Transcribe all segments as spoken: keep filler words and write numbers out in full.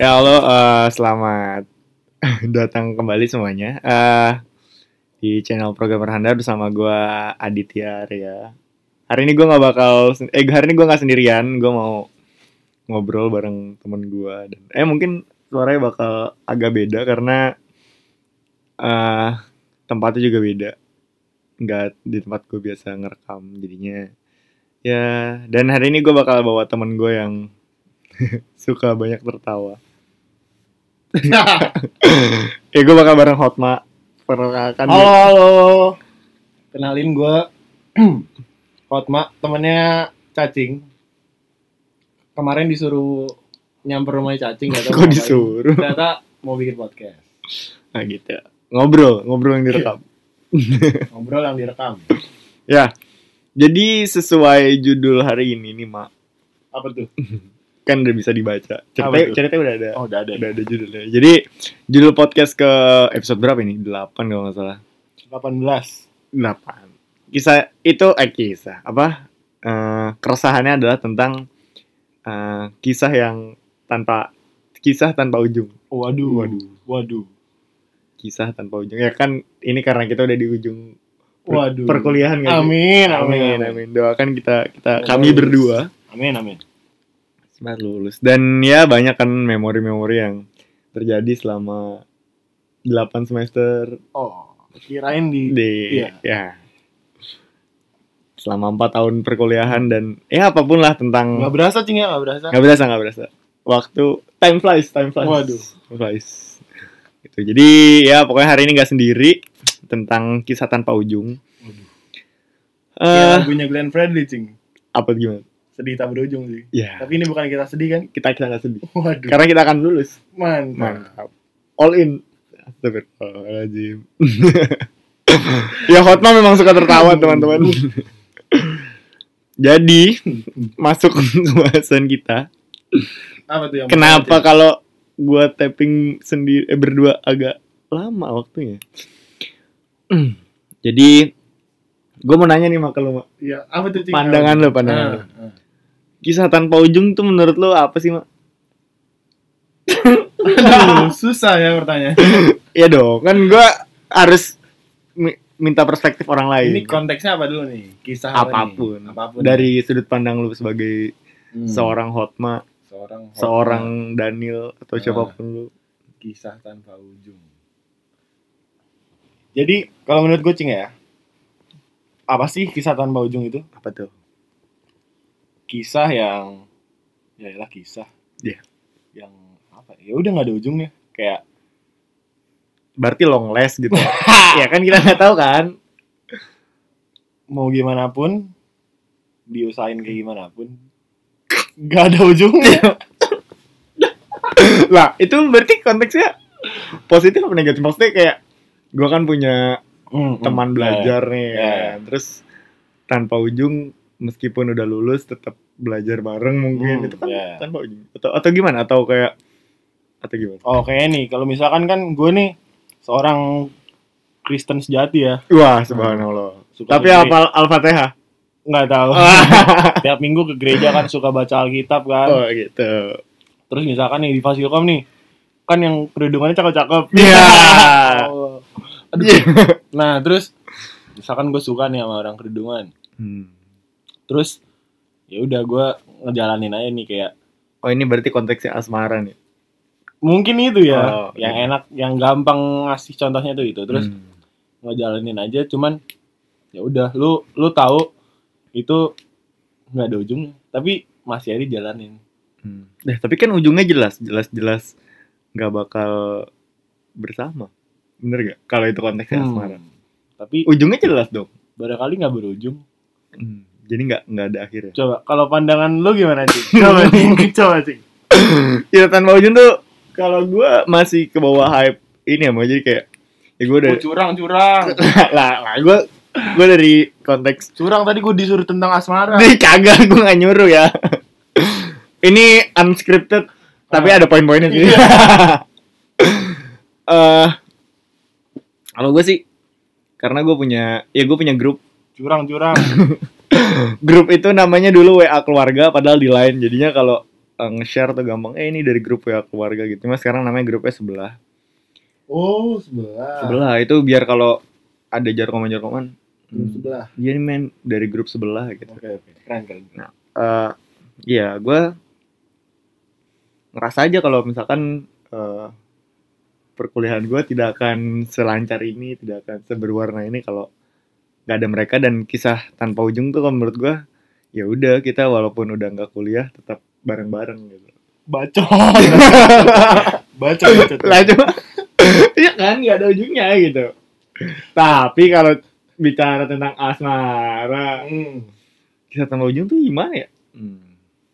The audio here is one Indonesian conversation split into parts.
Ya halo, eh, selamat datang kembali semuanya eh di channel Programmer Handal bersama gue Aditya Arya. Hari ini gue nggak bakal, eh hari ini gue nggak sendirian, gue mau ngobrol bareng temen gue dan eh mungkin suaranya bakal agak beda karena eh tempatnya juga beda, nggak di tempat gue biasa ngerekam jadinya. Ya, dan hari ini gue bakal bawa temen gue yang suka banyak tertawa. Ya gue bakal bareng Hotma. Perkenalkan. Halo, halo. Kenalin gue Hotma, temennya Cacing. Kemarin disuruh nyamper rumahnya Cacing, gak tahu Kok disuruh? Ternyata mau bikin podcast. Nah gitu. Ngobrol, ngobrol yang direkam. Ngobrol yang direkam. Ya. Jadi sesuai judul hari ini nih, Mak. Apa tuh? Kan udah bisa dibaca. Ceritanya, ceritanya udah ada. Oh, udah ada. Udah ada judulnya. Jadi judul podcast ke episode berapa ini? delapan kalau nggak salah. delapan belas. delapan. Kisah itu eh kisah apa? Eh, keresahannya adalah tentang eh, kisah yang tanpa kisah tanpa ujung. Waduh, Waduh. waduh. Kisah tanpa ujung. Ya kan ini karena kita udah di ujung per- Waduh. perkuliahan kan. Amin, Amin, amin, amin. Doakan kita kita Semoga kami lulus. berdua Amin, amin. semoga lulus. Dan ya banyak kan memori-memori yang terjadi selama delapan semester Oh, kirain di, di iya. ya. Selama empat tahun perkuliahan dan ya apapun lah tentang Nggak berasa, Cing, ya? Nggak berasa. nggak berasa nggak berasa. Waktu time flies, time flies. Waduh. Time flies. Gitu. Jadi ya pokoknya hari ini nggak sendiri tentang kisah tanpa ujung. Waduh. Eh, Kayak lagunya Glenn Fredly, Cing. apa gimana? Sedih tak berujung sih. Ya, Tapi ini bukan kita sedih kan? kita kita nggak sedih. Waduh. Karena kita akan lulus. Mantap. Mantap. All in. Astagfirullahaladzim. Ya Hotma memang suka tertawa teman-teman. Jadi masuk ke bahasan kita. Apa tuh yang Kenapa kalau gua tapping sendiri eh, berdua agak lama waktunya? Jadi gua mau nanya nih Mak lu Mak. Iya, apa tuh, Cing? Pandangan lo, pandangan Ah, lo. ah. Kisah tanpa ujung tuh menurut lo apa sih Mak? Aduh, susah ya pertanyaan. Iya dong, kan gua harus mi- minta perspektif orang lain. Ini konteksnya apa dulu nih? Kisah apa apapun. nih? Apapun. Dari sudut pandang lu sebagai Hmm. seorang Hotma, seorang seorang Daniel atau Nah. siapapun lu. kisah tanpa ujung. Jadi, kalau menurut gue, Cing, ya, apa sih kisah tanpa ujung itu? Apa tuh? Kisah yang ya lah kisah. Iya. Yang apa? Ya udah nggak ada ujungnya. Kayak Berarti long last gitu. Ya kan kita nggak tahu kan. mau gimana pun diusahain kayak gimana pun nggak ada ujungnya. Lah, itu berarti konteksnya positif apa negatif? Maksudnya kayak gua kan punya Hmm, teman hmm. belajar nih Ya. kan. Terus tanpa ujung meskipun udah lulus tetap belajar bareng mungkin Hmm, itu kan ya. tanpa ujung. Atau atau gimana? Atau kayak atau gimana? Oh, kayak nih, kalau misalkan kan gue nih seorang Kristen sejati ya. Wah, subhanallah. Suka Tapi ke gere- hafal Al-Fatihah. nggak tahu. Tiap minggu ke gereja kan suka baca Alkitab kan. Oh, gitu. Terus misalkan nih di Fasilkom nih, kan yang kerudungannya cakep-cakep. Iya. Oh. Aduh. Nah, terus misalkan gue suka nih sama orang kerudungan. Hmm. Terus ya udah gue ngejalanin aja nih kayak Oh, ini berarti konteksnya asmara nih. mungkin itu ya, Oh, yang iya. enak, yang gampang ngasih contohnya tuh itu. Terus Hmm. ngejalanin aja, cuman ya udah lu lu tahu itu nggak ada ujungnya, tapi masih aja jalanin. Hmm. Eh, tapi kan ujungnya jelas, jelas-jelas nggak bakal bersama. Bener gak? Kalau itu konteksnya asmara. Hmm. Tapi Ujungnya jelas dong. barangkali nggak berujung. Hmm. Jadi nggak nggak ada akhirnya. Coba kalau pandangan lu gimana, Cing? Coba Cing, coba Cing. Ya tanpa ujung tuh kalau gue masih ke bawah hype ini ya, mau jadi kayak ya gue udah Oh, curang, curang. lah lah gue gue dari konteks Curang tadi gue disuruh tentang asmara. Nih kagak, gue gak nyuruh ya. Ini unscripted, tapi Ah. ada poin-poinnya sih. Eh, kalau gue sih, karena gue punya, ya gue punya grup. Curang, curang. Grup itu namanya dulu W A keluarga, padahal di Line. Jadinya kalau uh, nge-share tuh gampang, eh ini dari grup ya keluarga gitu. Cuma sekarang namanya grupnya sebelah. Oh, sebelah. Sebelah itu biar kalau ada jarkoman-jarkoman, Grup hmm, sebelah. dia nih men dari grup sebelah gitu. Oke, oke. Keren, keren. Nah, uh, iya gue ngerasa aja kalau misalkan uh, perkuliahan gue tidak akan selancar ini, tidak akan seberwarna ini kalau nggak ada mereka. Dan kisah tanpa ujung tuh kalau menurut gue, ya udah kita walaupun udah nggak kuliah tetap bareng-bareng gitu. Bacot. Bacot, bacot. Lah cuma, iya kan nggak ada ujungnya gitu. Tapi kalau bicara tentang asmara, Hmm. kisah tanpa ujung tuh gimana ya? Hmm.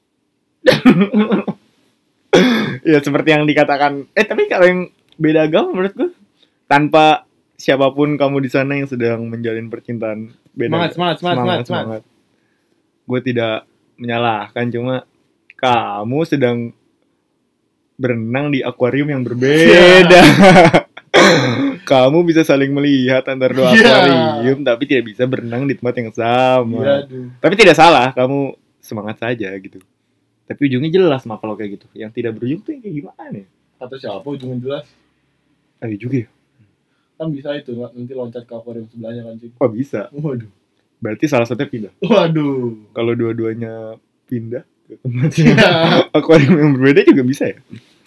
Ya seperti yang dikatakan. Eh tapi kalau yang beda agama menurut gue, tanpa siapapun kamu di sana yang sedang menjalin percintaan beda. Semangat, semangat, semangat, semangat, semangat. Gue tidak menyalahkan, cuma kamu sedang berenang di akuarium yang berbeda. Kamu bisa saling melihat antar dua Yeah. akuarium, tapi tidak bisa berenang di tempat yang sama. Iya, aduh. Tapi tidak salah, kamu semangat saja gitu. Tapi ujungnya jelas mah kalau kayak gitu. Yang tidak berujung tuh yang kayak gimana ya? Atau siapa ujungnya jelas? Ayo juga ya. Kan bisa itu, nanti loncat ke akuarium sebelahnya kan, Cik. Oh bisa. Waduh. Berarti salah satunya pindah. Waduh. Kalau dua-duanya pindah ke tempatnya Ya. akuarium yang berbeda juga bisa ya.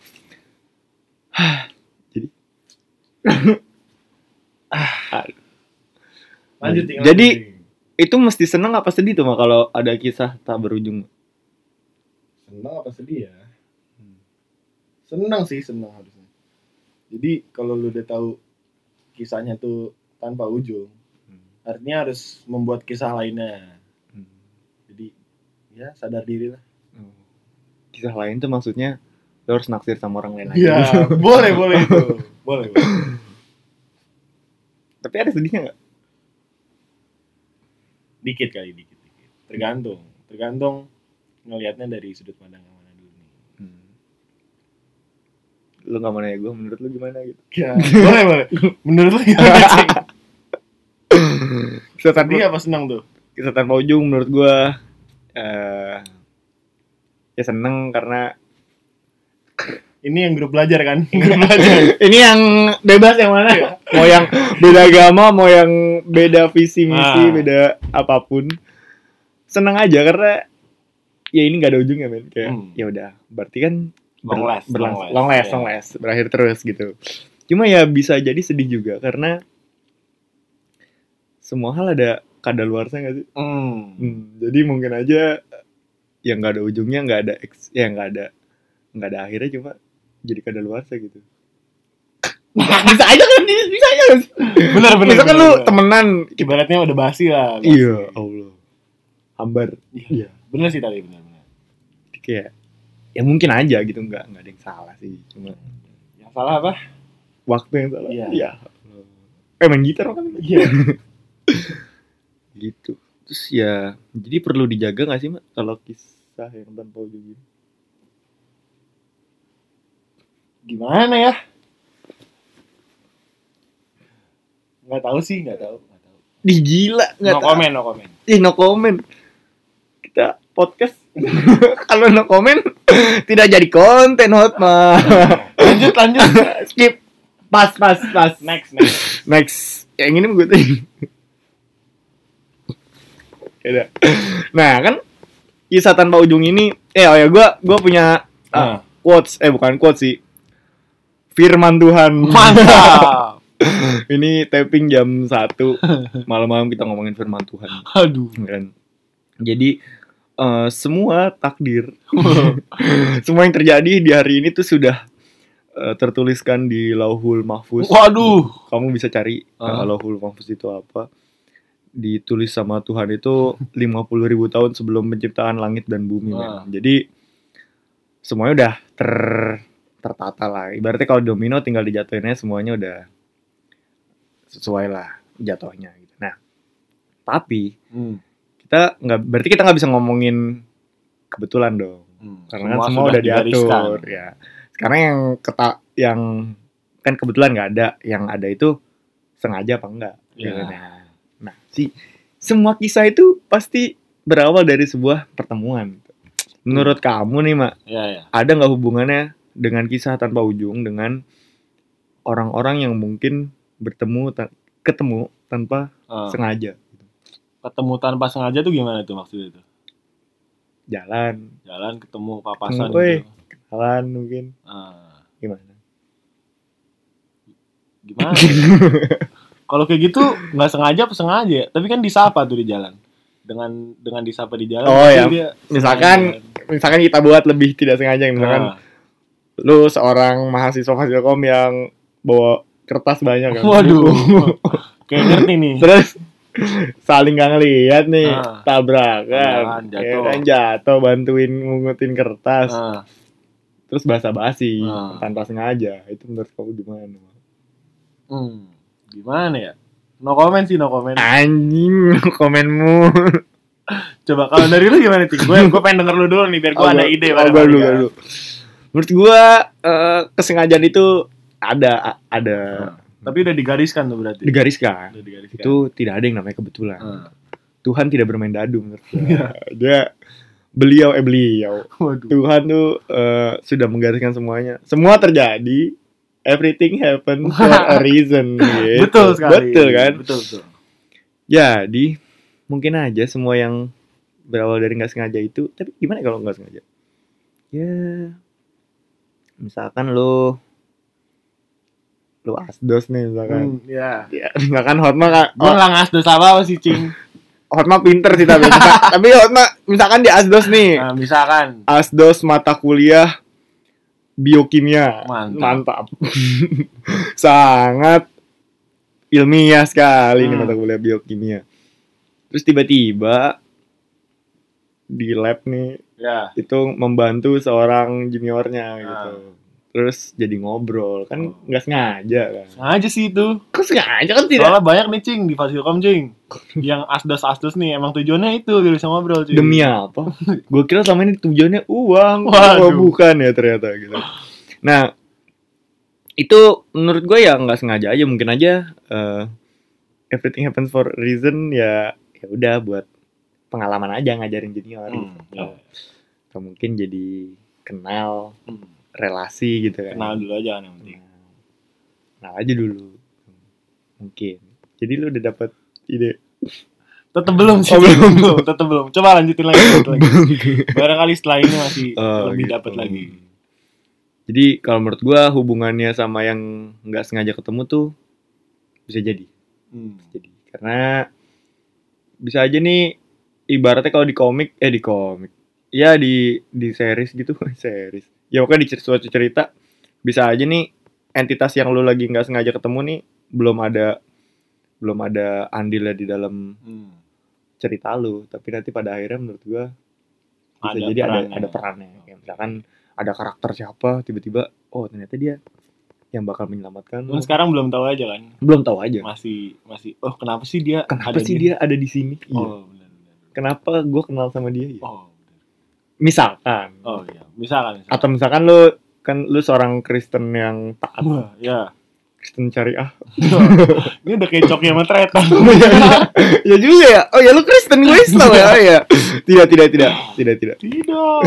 Jadi Lanjut, Cik. Jadi lanjut, Cik. itu mesti seneng apa sedih tuh mah kalau ada kisah tak berujung? Senang apa sedih ya? Senang sih, senang harusnya. Jadi kalau lu udah tahu kisahnya tuh tanpa ujung, Hmm. artinya harus membuat kisah lainnya. Hmm. Jadi ya sadar diri lah. Oh. Kisah lain tuh maksudnya lo harus naksir sama orang lain lagi. Iya, boleh boleh itu, boleh. boleh. Tapi ada sedihnya nggak? Dikit kali, dikit dikit. Tergantung, tergantung ngelihatnya dari sudut pandang yang mana dulu nih. Hmm. Lo nggak mau nanya gue, menurut lo gimana gitu? Ya, boleh boleh. Menurut lu gimana, Cik? Kisah tanpa, Sedih apa senang tuh? kisah tanpa ujung menurut gue uh, ya seneng karena Ini yang grup belajar kan? Grup belajar. ini yang bebas yang mana? Mau yang beda agama, mau yang beda visi misi, Ah. beda apapun. Seneng aja karena ya ini nggak ada ujungnya men. Kayak Hmm. ya udah, berarti kan Long last, berlang- long last. long last, Iya. long last, berakhir terus gitu. Cuma ya bisa jadi sedih juga karena semua hal ada kadaluarsa nggak sih? Hmm. Hmm, jadi mungkin aja yang nggak ada ujungnya, nggak ada ex, ya nggak ada nggak ada akhirnya, cuma jadi kadaluarsa gitu. Bisa aja kan, bisa aja kan. Benar benar. Misalkan benar, lu benar. temenan, Ibaratnya udah basi lah. basi. iya Allah, hambar, Iya. Benar sih tadi, benar benar. kayak ya mungkin aja gitu, nggak nggak ada yang salah sih, cuma Yang salah apa? waktu yang salah. Iya. Iya. Eh main gitar kan? Iya. Gitu. Terus ya, jadi perlu dijaga nggak sih mak kalau kisah yang tanpa ujung gitu? Gimana ya? Nggak tahu sih, nggak tahu, nggak tahu. Di gila, nggak No tahu. comment, no comment. Ih, no comment. Kita podcast kalau no comment tidak jadi konten hot mah. Lanjut, lanjut. Skip. Pas, pas, pas. Next, next. Next. Yang ini gue tuh. Udah. Nah, kan kisah tanpa ujung ini, eh oh ya gue gue punya uh, Ah. quotes, eh bukan quotes sih. Firman Tuhan. Mantap. Ini taping jam satu malam-malam kita ngomongin firman Tuhan. Aduh. Kan. Jadi uh, semua takdir, semua yang terjadi di hari ini tuh sudah uh, tertuliskan di Lauhul Mahfuz. Waduh. Kamu bisa cari uh, Ah. Lauhul Mahfuz itu apa. Ditulis sama Tuhan itu lima puluh ribu tahun sebelum penciptaan langit dan bumi. Ah. Men. Jadi semuanya udah ter tertata lah. Ibaratnya kalau domino tinggal dijatuhinnya semuanya udah sesuai lah jatuhnya gitu. Nah, tapi Hmm. kita nggak, berarti kita nggak bisa ngomongin kebetulan dong, Hmm. karena kan semua udah diatur ya. Karena yang keta yang kan kebetulan nggak ada, yang ada itu sengaja apa enggak? Ya. Gitu. Nah, nah si semua kisah itu pasti berawal dari sebuah pertemuan. Menurut kamu nih, Mak, Ya, ya. ada nggak hubungannya dengan kisah tanpa ujung dengan orang-orang yang mungkin bertemu ta- ketemu tanpa Ah, sengaja, ketemu tanpa sengaja tuh gimana tuh maksudnya tuh? jalan, Jalan ketemu ketemu, papasan weh, gitu. kenalan mungkin, Ah, gimana? gimana? ya? Kalau kayak gitu nggak sengaja apa sengaja? Tapi kan disapa tuh di jalan. Dengan dengan disapa di jalan. Oh berarti ya, dia misalkan, sengaja. misalkan kita buat lebih tidak sengaja, misalkan Ah. lu seorang mahasiswa Fasilkom yang bawa kertas banyak kan. Waduh. Kayak ngerti nih. Terus saling gak ngeliat nih, Ah. tabrakan, Tabrakan, ya jatuh. kan, jatuh bantuin ngungutin kertas, Ah, terus basa-basi Ah. tanpa sengaja. Itu menurut kamu gimana? hmm, gimana ya? No comment sih, no comment. Anjing, komenmu. Coba kalau dari lu gimana sih? Gue gue pengen denger lu dulu nih biar gue Oh, ada gua- ide. oh, bareng gua kali dulu, kan. gua dulu. Menurut gua eh, kesengajaan itu ada, ada Ah, tapi udah digariskan tuh berarti. digariskan. Udah digariskan. Itu tidak ada yang namanya kebetulan. Ah. Tuhan tidak bermain dadu menurut gua. Dia beliau eh beliau. Waduh. Tuhan tuh eh, sudah menggariskan semuanya. Semua terjadi. Everything happen for a reason. Gitu. Betul sekali. Betul kan? Betul, betul. Jadi mungkin aja semua yang berawal dari nggak sengaja itu. Tapi gimana kalau nggak sengaja? Ya, misalkan lu lu asdos nih misalkan. Hmm, ya. Ya, misalkan Hotma kan. Gue nggak ngasdos apa sih, Cing. Hotma pinter sih tapi. Tapi Hotma misalkan di asdos nih. Nah, misalkan Asdos mata kuliah biokimia. Mantap. Mantap. Sangat ilmiah sekali nih Hmm. mata kuliah biokimia. Terus tiba-tiba di lab nih ya. itu membantu seorang juniornya gitu. Ah. Terus jadi ngobrol kan Oh. nggak sengaja kan. Sengaja sih itu. Kok sengaja kan tidak? Soalnya banyak nih, Cing, di Fasilkom, Cing. Yang asdos-asdos nih emang tujuannya itu biar bisa ngobrol, Cing. Demi apa? Gue kira selama ini tujuannya uang. Waduh. Oh, bukan ya ternyata gitu. Nah, itu menurut gue ya nggak sengaja aja, mungkin aja eh, everything happens for a reason, ya ya udah buat pengalaman aja ngajarin junior. Hmm, gitu. ya. Atau mungkin jadi kenal Hmm. relasi gitu kan. Kenal dulu aja kan yang penting. Kenal aja dulu. Mungkin. Jadi lu udah dapat ide. Tetep belum sih, Oh, belum. belum, tetep belum. Coba lanjutin lagi, lanjutin lagi. Barangkali setelah ini masih Oh, lebih gitu. dapat lagi. Jadi kalau menurut gua hubungannya sama yang nggak sengaja ketemu tuh bisa jadi. Hmm. Jadi karena bisa aja nih ibaratnya kalau di komik eh di komik ya di di series gitu series ya pokoknya di cer- suatu cerita bisa aja nih entitas yang lu lagi nggak sengaja ketemu nih belum ada belum ada andilnya di dalam Hmm. cerita lu, tapi nanti pada akhirnya menurut gua bisa Ada jadi ada perannya. ada perannya. Kayak misalkan ada karakter siapa tiba-tiba oh ternyata dia yang bakal menyelamatkan lu. Lu sekarang belum tahu aja kan? Belum tahu aja. Masih masih oh kenapa sih dia Kenapa ada sih di- dia ada di sini? Iya. Oh, benar benar. Kenapa gua kenal sama dia? Iya. Oh, benar. Misalkan. Oh iya, misalkan misalkan. Atau misalkan lu kan lu seorang Kristen yang taat, Wah, ya. Kristen syariah. Ini udah kayak coknya sama tretan. Ya juga ya. Oh ya lu Kristen, gue Islam ya. Oh, ya. Tidak, tidak, tidak. Tidak, tidak. Tidak.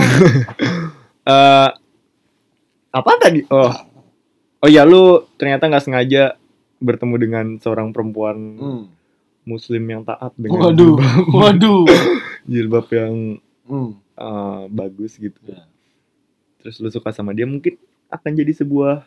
Eh apa tadi? Oh. Oh ya lu ternyata nggak sengaja bertemu dengan seorang perempuan Hmm. muslim yang taat dengan Waduh, jilbab, waduh. jilbab yang Hmm. eh, bagus gitu. Ya. Terus lu suka sama dia, mungkin akan jadi sebuah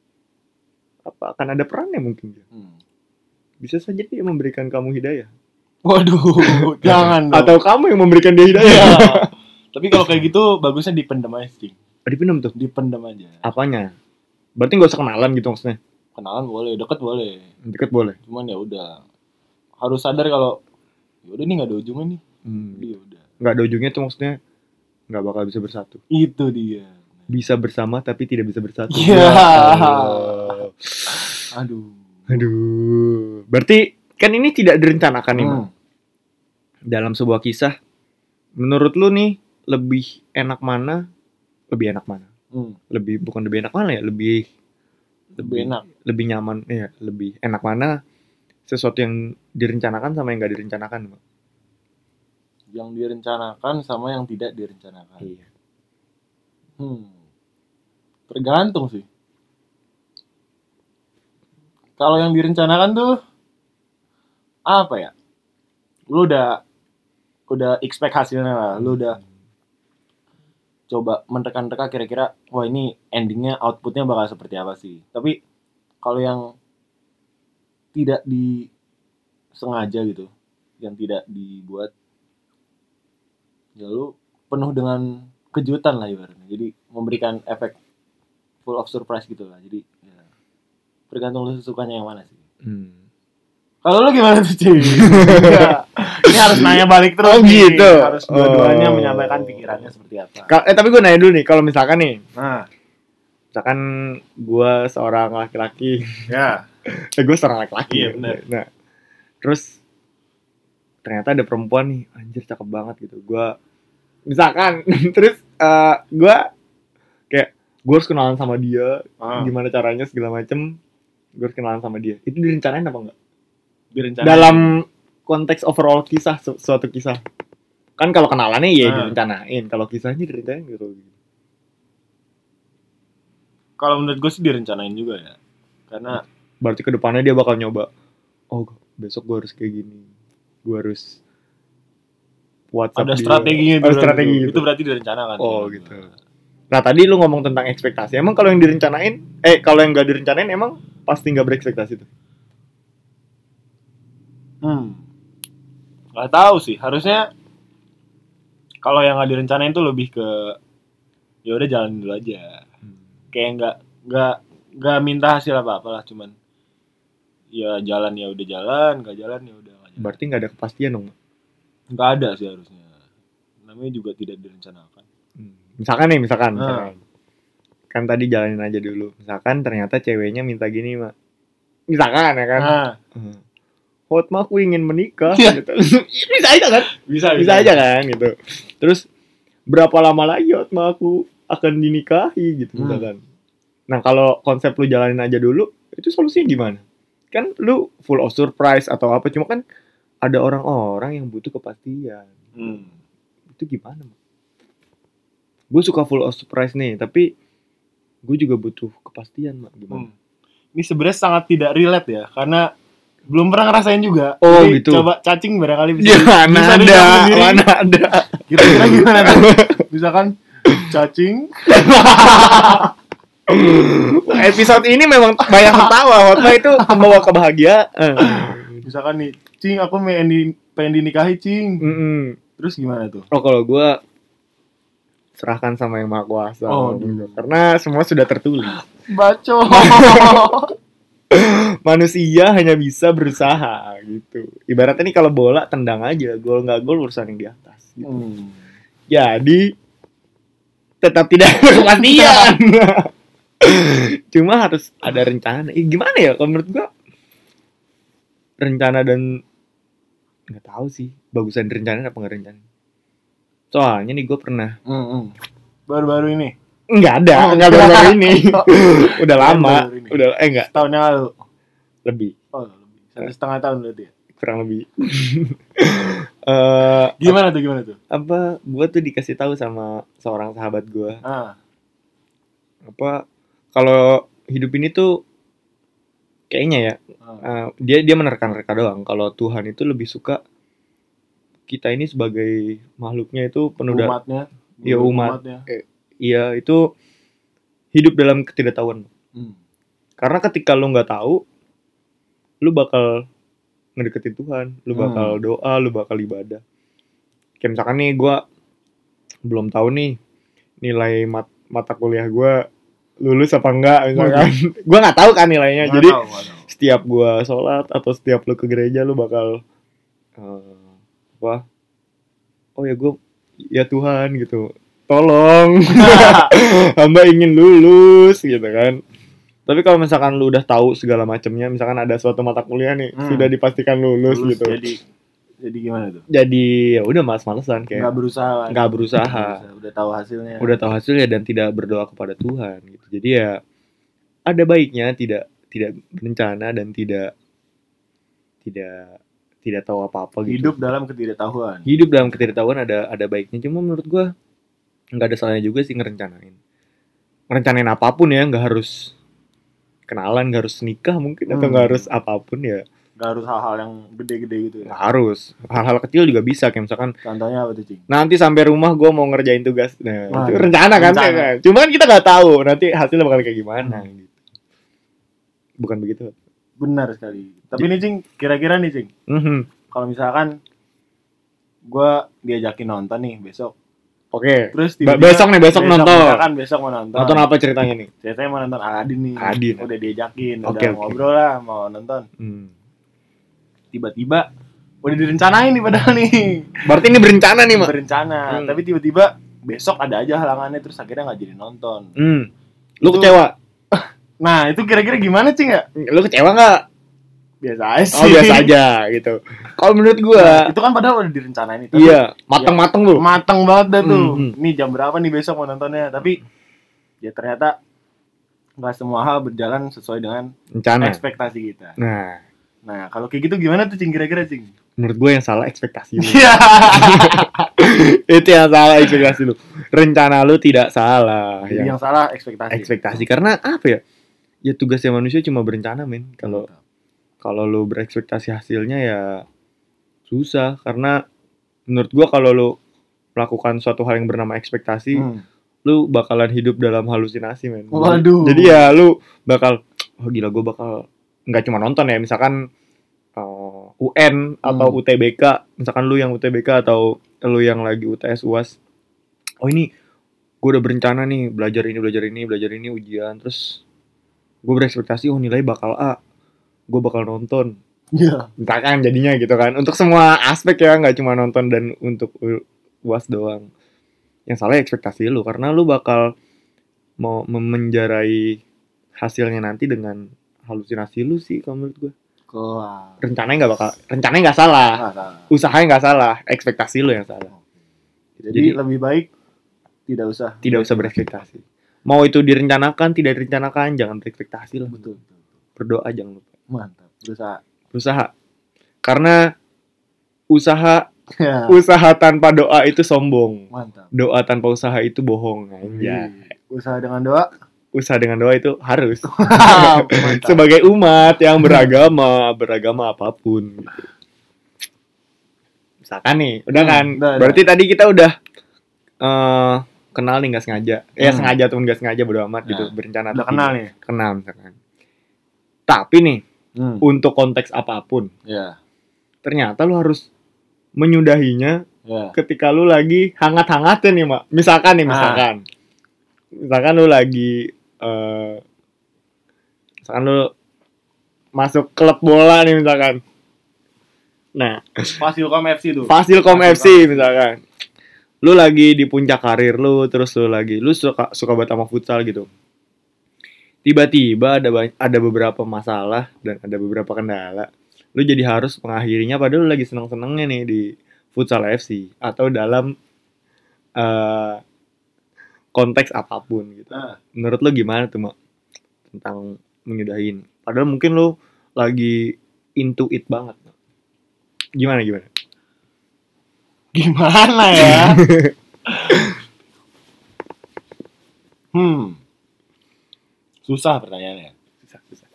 apa akan ada perannya mungkin dia. Hmm. Bisa saja dia memberikan kamu hidayah. Waduh, jangan dong. Atau kamu yang memberikan dia hidayah. Ya. Tapi kalau kayak gitu bagusnya dipendam aja, Cing. Oh, dipendam tuh. Dipendam aja. Apanya? Berarti nggak usah kenalan gitu maksudnya. Kenalan boleh, deket boleh. Deket boleh. Cuman ya udah harus sadar kalau ya udah nih nggak ada ujungnya nih. Hmm. Dia udah. Nggak ada ujungnya tuh maksudnya nggak bakal bisa bersatu. Itu dia. Bisa bersama tapi tidak bisa bersatu. Ya. Allah. Aduh. Aduh. Berarti kan ini tidak direncanakan nih, Hmm. Bang. Dalam sebuah kisah. Menurut lu nih lebih enak mana? Lebih enak mana? Hmm. Lebih bukan lebih enak mana ya? Lebih Lebih enak. lebih nyaman ya, lebih enak mana sesuatu yang direncanakan sama yang nggak direncanakan, Bang? Yang direncanakan sama yang tidak direncanakan. Iya. Hmm. Tergantung sih. Kalau yang direncanakan tuh apa ya? Lu udah udah expect hasilnya lah. Lu udah coba menerka-nerka kira-kira wah ini endingnya outputnya bakal seperti apa sih. Tapi kalau yang tidak disengaja gitu, yang tidak dibuat, ya lu penuh dengan kejutan lah ibaratnya. Jadi memberikan efek full of surprise gitu lah. Jadi ya, tergantung lu sukanya yang mana sih. Hmm. Kalau lu gimana tuh Ci? Enggak. Ini harus nanya balik terus Oh, nih. gitu. Harus dua-duanya Oh. menyampaikan pikirannya seperti apa. Ka- eh tapi gue nanya dulu nih, kalau misalkan nih, Nah, misalkan gue seorang laki-laki, ya. eh gue seorang laki-laki. Iya, ya. benar. Nah, terus ternyata ada perempuan nih, anjir cakep banget gitu. Gue, misalkan, terus uh, gue kayak gue harus kenalan sama dia, Ah. gimana caranya segala macem, gue harus kenalan sama dia. Itu direncanain apa enggak? Direncanain. Dalam konteks overall kisah, su- suatu kisah. Kan kalau kenalannya ya Ah. direncanain, kalau kisahnya direncanain gitu. Kalau menurut gue sih direncanain juga ya. Karena Berarti ke depannya dia bakal nyoba, oh besok gue harus kayak gini, gue harus WhatsApp ada dia. strateginya itu. Oh, strategi itu. gitu. Itu berarti direncanakan. Oh sih. gitu. Nah tadi lu ngomong tentang ekspektasi. Emang kalau yang direncanain, eh kalau yang nggak direncanain emang pasti nggak berekspektasi tuh. Hmm. Gak tahu sih. Harusnya kalau yang nggak direncanain tuh lebih ke ya udah jalan dulu aja. Kayak nggak nggak nggak minta hasil apa apalah, cuman ya jalan ya udah jalan, nggak jalan ya udah nggak jalan. Berarti nggak ada kepastian dong. Nggak ada sih harusnya. Namanya juga tidak direncanakan. Hmm. Misalkan nih, misalkan, Ah. misalkan. Kan tadi jalanin aja dulu. Misalkan ternyata ceweknya minta gini, Mak. Misalkan ya kan. Nah, Hmm. Hot mah aku ingin menikah Iya. gitu. Bisa aja kan? bisa Bisa aja kan gitu. Terus berapa lama lagi Hot mah aku akan dinikahi gitu Hmm. misalkan. Nah, kalau konsep lu jalanin aja dulu, itu solusinya gimana? Kan lu full of surprise atau apa, cuma kan ada orang-orang yang butuh kepastian. Hmm. Itu gimana, Mak? Gue suka full of surprise nih, tapi gue juga butuh kepastian, Mak. Gimana? Hmm. Ini sebenarnya sangat tidak relate ya, karena belum pernah ngerasain juga. Oh, Jadi gitu. coba cacing barangkali bisa. Ya, mana bisa ada, dijawab sendiri. mana ada. Kira-kira gimana tuh? Misalkan cacing. Episode ini memang banyak ketawa. Hotma itu membawa kebahagiaan. Misalkan nih, Cing, aku pengen, di, pengen dinikahi, Cing. Mm-mm. Terus gimana tuh? Oh, kalau gue serahkan sama yang maha kuasa. Oh, gitu. Karena semua sudah tertulis. Baco. Manusia hanya bisa berusaha gitu. Ibaratnya nih kalau bola tendang aja, gol nggak gol urusan yang di atas. Gitu. Hmm. Jadi tetap tidak ada kepastian. Cuma harus ada rencana. Eh, gimana ya? Kalau menurut gua rencana dan nggak tahu sih bagusan rencana apa nggak rencana. Soalnya nih gue pernah Hmm, hmm. Baru-baru ini. nggak ada, Oh, nggak enggak. baru ini. Udah lama, Baru ini. udah eh nggak Tahun yang lalu. lebih, Oh, lebih. Satu setengah tahun berarti ya. kurang lebih. Eh Gimana tuh, gimana tuh? apa? Gue tuh dikasih tahu sama seorang sahabat gue. Ah. Apa? Kalau hidup ini tuh kayaknya ya. ah. Uh, dia dia menerka-nerka doang kalau Tuhan itu lebih suka kita ini sebagai makhluknya itu penuh da- Umatnya. Ya, umat. Umatnya. iya itu hidup dalam ketidaktahuan. Hmm. Karena ketika lu nggak tahu, lu bakal ngedeketin Tuhan, lu bakal Hmm. doa, lu bakal ibadah. Kayak misalkan nih gue belum tahu nih nilai mat- mata kuliah gue lulus apa enggak misalkan. Gue nggak tahu kan nilainya. Nggak Jadi tahu, nggak tahu. setiap gue sholat atau setiap lu ke gereja lu bakal uh, apa? Oh ya gue ya Tuhan gitu, tolong hamba ingin lulus gitu kan. Tapi kalau misalkan lu udah tahu segala macamnya, misalkan ada suatu mata kuliah nih Hmm. sudah dipastikan lulus, Lulus, gitu. Jadi jadi gimana tuh? Jadi ya udah malas-malesan kayak Nggak berusaha. kan? nggak berusaha. Nggak berusaha. Udah tahu hasilnya. Udah tahu hasilnya dan tidak berdoa kepada Tuhan gitu. Jadi ya ada baiknya tidak tidak berencana dan tidak tidak tidak tahu apa-apa gitu. Hidup dalam ketidaktahuan. Hidup dalam ketidaktahuan ada ada baiknya. Cuma menurut gue nggak ada salahnya juga sih ngerencanain. Ngerencanain apapun ya, nggak harus kenalan, nggak harus nikah mungkin atau Hmm. nggak harus apapun ya. Gak harus hal-hal yang gede-gede gitu ya. Nggak harus. Hal-hal kecil juga bisa kayak misalkan Contohnya apa tuh, Cing? nanti sampai rumah gue mau ngerjain tugas. Nah, Wah, itu rencana kan? rencana. kan? Cuman kita nggak tahu nanti hasilnya bakal kayak gimana gitu. Bukan begitu. Benar sekali. Tapi nih, Cing, kira-kira nih, Cing, Mhm. kalau misalkan gua diajakin nonton nih besok, Oke. terus Ba- tiba-tiba besok nih, besok nonton. misalkan besok mau nonton. Nonton apa ceritanya nih? Ceritanya mau nonton Aladin nih. Aladin. Udah diajakin, Oke, udah oke. ngobrol lah mau nonton. Hmm. Tiba-tiba udah direncanain nih padahal nih. Berarti ini berencana nih, Mak. Berencana, Hmm. tapi tiba-tiba besok ada aja halangannya terus akhirnya nggak jadi nonton. Hmm. Lu Itu- kecewa? Nah, itu kira-kira gimana, Cing ya? Lu kecewa nggak? Biasa aja sih. Oh, biasa aja gitu. Kalau menurut Nah, gua, itu kan padahal udah direncanain itu. iya, mateng-mateng lu. Mateng banget dah tuh. Hmm, hmm. Nih jam berapa nih besok mau nontonnya? Tapi ya ternyata nggak semua hal berjalan sesuai dengan Rencana. ekspektasi kita. Nah, Nah, kalau kayak gitu gimana tuh, Cing, kira-kira, Cing? menurut gua yang salah ekspektasi lu. Iya. Itu yang salah ekspektasi lu. Rencana lu tidak salah. Jadi Yang yang salah ekspektasi. ekspektasi karena apa ya? Ya tugasnya manusia cuma berencana, men. Kalau kalau lu berekspektasi hasilnya ya susah karena menurut gua kalau lu melakukan suatu hal yang bernama ekspektasi, Hmm. lu bakalan hidup dalam halusinasi, men. Waduh. Jadi ya lu bakal oh gila gua bakal nggak cuma nonton ya, misalkan uh, U N atau Hmm. U T B K, misalkan lu yang U T B K atau lu yang lagi U T S U A S. Oh ini gua udah berencana nih belajar ini belajar ini belajar ini ujian, terus gua berekspektasi oh nilai bakal A. Gue bakal nonton, Iya. misalkan jadinya gitu kan. Untuk semua aspek ya, nggak cuma nonton dan untuk U A S doang. Yang salah ekspektasi lu, karena lu bakal mau memenjarai hasilnya nanti dengan halusinasi lu sih kalau menurut gue. Wah. Rencananya nggak bakal, rencananya nggak salah, Nggak salah. usahanya nggak salah, ekspektasi lu yang salah. Jadi, Jadi- lebih baik tidak usah. Tidak usah berekspektasi. Mau itu direncanakan, tidak direncanakan, jangan berekspektasi lah. Betul. betul. Berdoa jangan lupa. Mantap. Berusaha. Usaha, karena usaha Ya. usaha tanpa doa itu sombong. Mantap. Doa tanpa usaha itu bohong. Ya. Usaha dengan doa. Usaha dengan doa itu harus. Mantap. Sebagai umat yang beragama, beragama apapun. Gitu. Misalkan nih, udah Hmm, kan? udah, Berarti tadi kita udah eh, kenal nih nggak sengaja. Ya Hmm. sengaja atau nggak sengaja bodo amat gitu. Nah, Berencana Udah atau kenal tidak. nih. Kenal misalkan. Tapi nih, Hmm. untuk konteks apapun, Ya. ternyata lu harus menyudahinya Ya. ketika lu lagi hangat-hangatnya nih, Mak. Misalkan nih, Ah. misalkan. Misalkan lu lagi eh misalkan lu masuk klub bola nih misalkan. Nah, Fasilkom F C tuh. Fasilkom F C Fasilkom. misalkan. Lu lagi di puncak karir lu, terus lu lagi lu suka suka banget sama futsal gitu. Tiba-tiba ada ba- ada beberapa masalah dan ada beberapa kendala. Lu jadi harus mengakhirinya padahal lu lagi seneng-senengnya nih di futsal F C atau dalam eh, konteks apapun gitu. Nah, Menurut lu gimana tuh, Mak? Tentang menyudahin. Padahal mungkin lu lagi into it banget. Mak. Gimana gimana? gimana ya? hmm. Susah pertanyaannya. Susah, susah.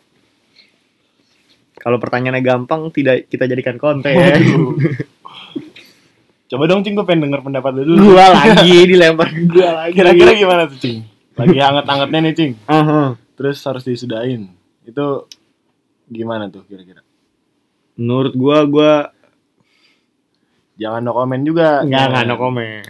Kalau pertanyaannya gampang tidak kita jadikan konten. Waduh. Coba dong, Cing, gue pengen denger pendapat lu dulu. Gua lagi dilempar ke gua lagi. Kira-kira gimana tuh, Cing? Lagi hangat-hangatnya nih, Cing. Aha. Terus harus disudahin. Itu gimana tuh kira-kira? Menurut gua gua Jangan no comment juga. enggak enggak no comment.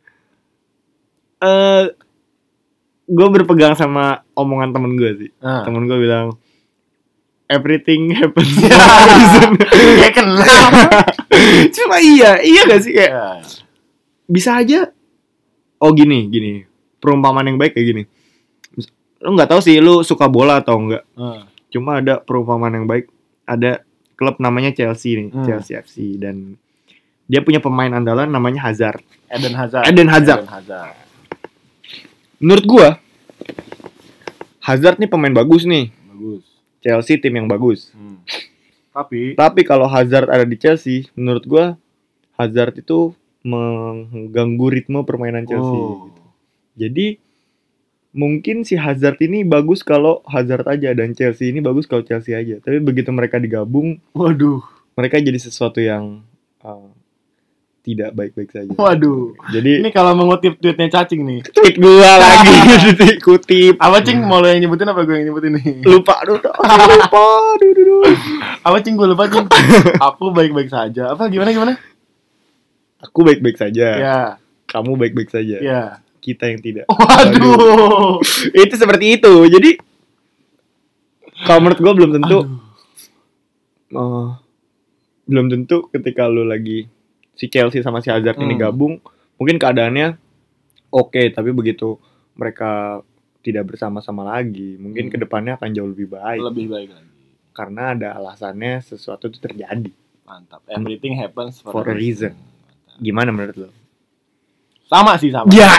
Eh gua berpegang sama omongan temen gua sih. Nah. Temen gua bilang everything happens. Ya kenapa? Cuma iya, iya gak sih kayak Ya. bisa aja. Oh gini, gini. Perumpamaan yang baik kayak gini. Lu nggak tahu sih lu suka bola atau enggak. Nah. Cuma ada perumpamaan yang baik. Ada klub namanya Chelsea nih, Hmm. Chelsea F C dan dia punya pemain andalan namanya Hazard. Eden Hazard. Eden Hazard. Eden Hazard. Menurut gua Hazard nih pemain bagus nih. Bagus. Chelsea tim yang bagus. Hmm. Tapi Tapi kalau Hazard ada di Chelsea, menurut gua Hazard itu mengganggu ritme permainan Chelsea. Oh. Gitu. Jadi mungkin si Hazard ini bagus kalau Hazard aja dan Chelsea ini bagus kalau Chelsea aja. Tapi begitu mereka digabung, Waduh. mereka jadi sesuatu yang uh, tidak baik-baik saja. Waduh. Jadi Ini kalau mengutip tweetnya Cacing nih. tweet gua lagi kutip. Apa Cing? Mau lo yang nyebutin apa gue yang nyebutin nih? Lupa aduh, aduh, lupa aduh, aduh, aduh. Apa Cing? Gue lupa Cing. Aku baik-baik saja. Apa gimana gimana? Aku baik-baik saja. Ya. Kamu baik-baik saja. Ya. Kita yang tidak. Waduh. Itu seperti itu. Jadi kalau menurut gue belum tentu uh, belum tentu ketika lu lagi si Chelsea sama si Hazard ini Hmm. gabung, mungkin keadaannya oke, tapi begitu mereka tidak bersama-sama lagi, mungkin Hmm. kedepannya akan jauh lebih baik Lebih baik lagi. karena ada alasannya sesuatu itu terjadi. Mantap. Everything happens for, For a reason. Mantap. Gimana menurut lo? Sama sih sama. Ya,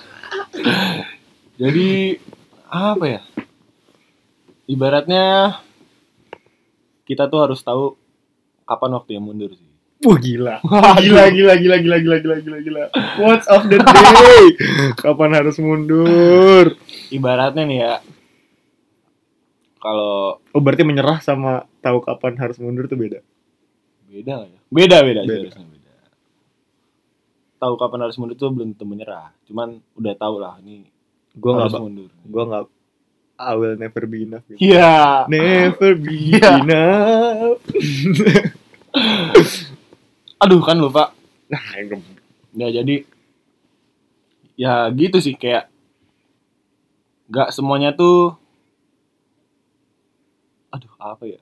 Jadi apa ya? Ibaratnya kita tuh harus tahu kapan waktu yang mundur sih. wah gila. Gila, gila, gila, gila, gila, gila, gila, gila. What's of the day? Kapan harus mundur? Ibaratnya nih ya. Kalau Oh, berarti menyerah sama tahu kapan harus mundur tuh beda. beda nggak ya? Beda beda, Beda. seharusnya beda. Tahu kapan harus mundur tuh belum tentu menyerah. Cuman udah tahu lah ini Gue harus nggak, mundur. gue nggak. I will never be enough. Gitu. Iya. Never be Iya. enough. Aduh kan lupa. Nah, ini Ya jadi ya gitu sih kayak nggak semuanya tuh. Aduh apa ya?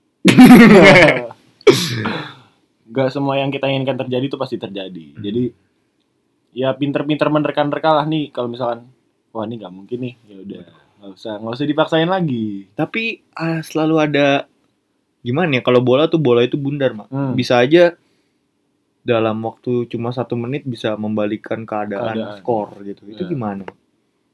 Gak semua yang kita inginkan terjadi itu pasti terjadi. Jadi ya pinter-pinter menerka-nerka lah nih kalau misalkan wah ini nggak mungkin nih, ya udah nggak usah nggak usah dipaksain lagi. Tapi ah, selalu ada gimana ya? Kalau bola tuh bola itu bundar, Mak. Hmm. Bisa aja dalam waktu cuma satu menit bisa membalikkan keadaan, Keadaan. skor gitu. Itu Ya. gimana? Mak?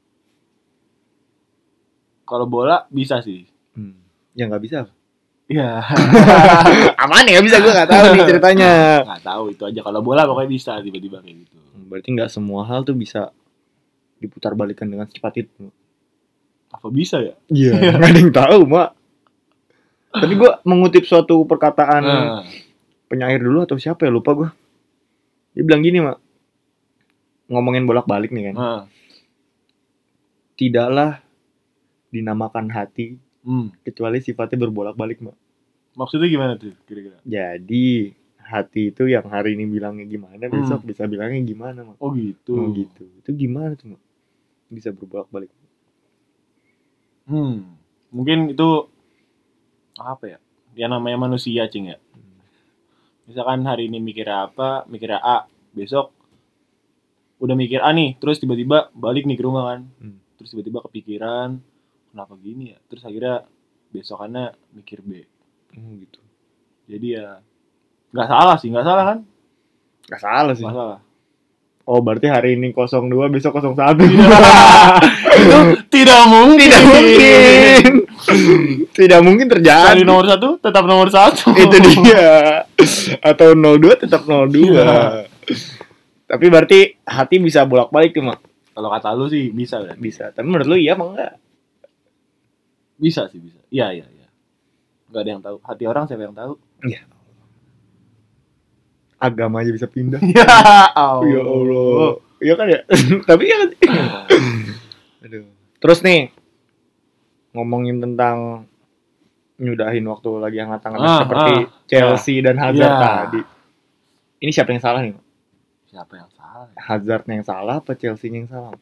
Kalau bola bisa sih. Hmm. Ya nggak bisa. Iya. Aman ya bisa, gue nggak tahu nih ceritanya. Nggak tahu itu aja. Kalau bola pokoknya bisa tiba-tiba kayak gitu. Berarti nggak semua hal tuh bisa diputar balikan dengan secepat itu. Apa bisa ya? Iya, nggak ada yang tahu, Mak. Tapi gue mengutip suatu perkataan Nah, penyair dulu atau siapa ya, lupa gue. Dia bilang gini, Mak. Ngomongin bolak-balik nih kan. nah. Tidaklah dinamakan hati Hmm. kecuali sifatnya berbolak-balik, Mak. Maksudnya gimana tuh kira-kira? Jadi hati itu yang hari ini bilangnya gimana, besok bisa bilangnya gimana, Mak. Oh gitu. Oh gitu. Itu gimana tuh, Mak? Bisa berbolak-balik. Hmm. Mungkin itu apa ya? Ya namanya manusia, Cing ya. Misalkan hari ini mikirnya apa, mikirnya A, besok udah mikir A nih, terus tiba-tiba balik nih ke rumah kan. Hmm. Terus tiba-tiba kepikiran, kenapa gini ya? Terus akhirnya besokannya mikir B. Oh gitu. Jadi ya nggak salah sih, nggak salah kan? Gak salah sih. Nggak salah. Oh berarti hari ini nol dua, besok nol satu. Itu tidak mungkin. Tidak mungkin. Tidak mungkin terjadi. Dari nomor satu tetap nomor satu. Itu dia. Atau nol dua tetap nol dua. Iya. Tapi berarti hati bisa bolak-balik tuh, Mak. Kalau kata lu sih bisa kan? Bisa. Tapi menurut lu iya apa enggak? Bisa sih bisa. Iya iya iya. Nggak ada yang tahu. Hati orang siapa yang tahu? Iya. Agama aja bisa pindah. Ya Allah. Ya Allah. Iya kan ya? Tapi ya. Aduh. Terus nih ngomongin tentang nyudahin waktu lagi hangat-hangat Ah, seperti ah. Chelsea dan Hazard Ya. tadi. Ini siapa yang salah nih? Siapa yang salah? Hazard yang salah apa Chelsea yang salah?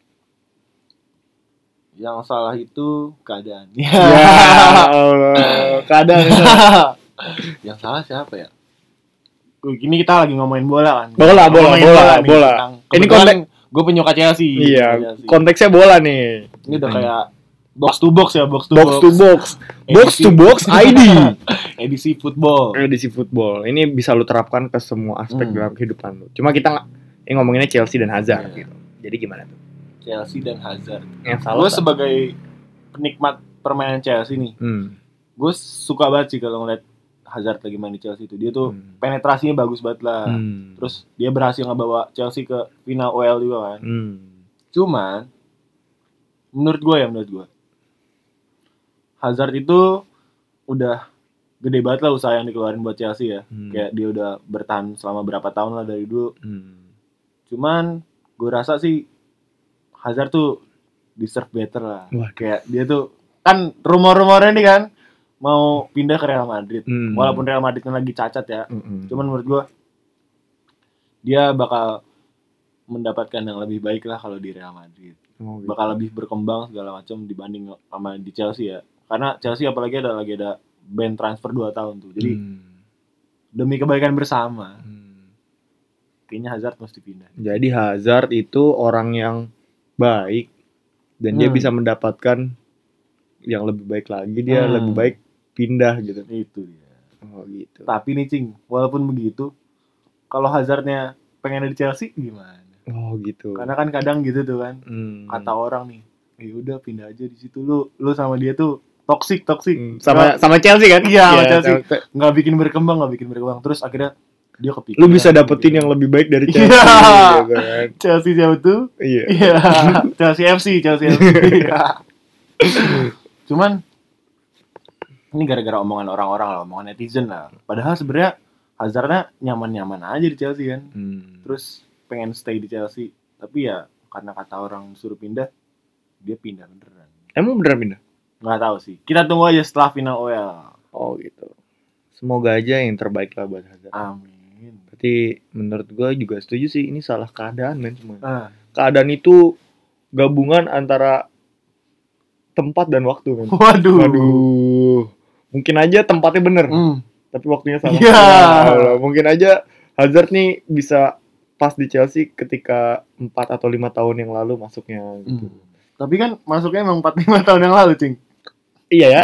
Yang salah itu keadaan. Ya Allah. Kadang Yang salah siapa ya? Uh, Ini kita lagi ngomongin bola kan. Bola, bola, Ngomongin bola, nih, bola. tentang- Ini kebetulan gue penyuka Chelsea. Iya, Chelsea. konteksnya bola nih. Ini udah kayak box to box ya, box to Box box. to box. Box to box I D. Edisi football. Edisi football. Ini bisa lu terapkan ke semua aspek Hmm. dalam kehidupan lu. Cuma kita nggak ini ngomonginnya Chelsea dan Hazard Iya. gitu. Jadi gimana tuh? Chelsea dan Hazard. Yang salah. Gue apa? sebagai penikmat permainan Chelsea nih, Hmm. gue suka banget sih kalau ngeliat Hazard lagi main di Chelsea itu. Dia tuh Hmm. penetrasinya bagus banget lah. Hmm. Terus dia berhasil ngebawa Chelsea ke final O L juga kan. Hmm. Cuman menurut gue ya, menurut gue Hazard itu udah gede banget lah usaha yang dikeluarin buat Chelsea ya. Hmm. Kayak dia udah bertahan selama berapa tahun lah dari dulu. Hmm. Cuman gue rasa sih Hazard tuh deserve better lah. Waduh. Kayak dia tuh kan rumor-rumornya nih kan mau pindah ke Real Madrid. Hmm. Walaupun Real Madridnya lagi cacat ya. Hmm. Cuman menurut gue dia bakal mendapatkan yang lebih baik lah kalau di Real Madrid. Oh, gitu. Bakal lebih berkembang segala macam dibanding sama di Chelsea ya. Karena Chelsea apalagi ada lagi ada ban transfer dua tahun tuh. Jadi Hmm. demi kebaikan bersama Hmm. kayaknya Hazard mesti pindah. Jadi Hazard itu orang yang baik dan dia Hmm. bisa mendapatkan yang lebih baik lagi, dia Hmm. lebih baik pindah gitu. Itu dia. Oh gitu. Tapi nih Cing, walaupun begitu, kalau Hazardnya pengen ada di Chelsea gimana? Oh gitu. Karena kan kadang gitu tuh kan, Hmm. kata orang nih, eh udah pindah aja di situ, lu lu sama dia tuh toksik toksik, Hmm, sama sama Chelsea kan? Iya, sama Chelsea. sama- nggak bikin berkembang nggak bikin berkembang, terus akhirnya dia kepikiran. Lu bisa dapetin yang lebih baik dari Chelsea Iya. gitu kan. Chelsea siapa tuh? Iya. Iya, Chelsea F C, Chelsea F C. Iya. Cuman ini gara-gara omongan orang-orang lah, omongan netizen lah. Padahal sebenarnya Hazardnya nyaman-nyaman aja di Chelsea kan. Hmm. Terus pengen stay di Chelsea, tapi ya karena kata orang suruh pindah, dia pindah beneran. Emang beneran pindah? Nggak tahu sih. Kita tunggu aja setelah final O L. Oh gitu. Semoga aja yang terbaik lah buat Hazard. Amin. Berarti menurut gua juga setuju sih, ini salah keadaan men semua. Ah, Keadaan itu gabungan antara tempat dan waktu men. waduh. Waduh. Mungkin aja tempatnya bener, Hmm. tapi waktunya salah. Iya. Ya Allah, mungkin aja Hazard nih bisa pas di Chelsea ketika empat atau lima tahun yang lalu masuknya gitu. Hmm. Tapi kan masuknya emang empat lima tahun yang lalu, Cing. Iya ya.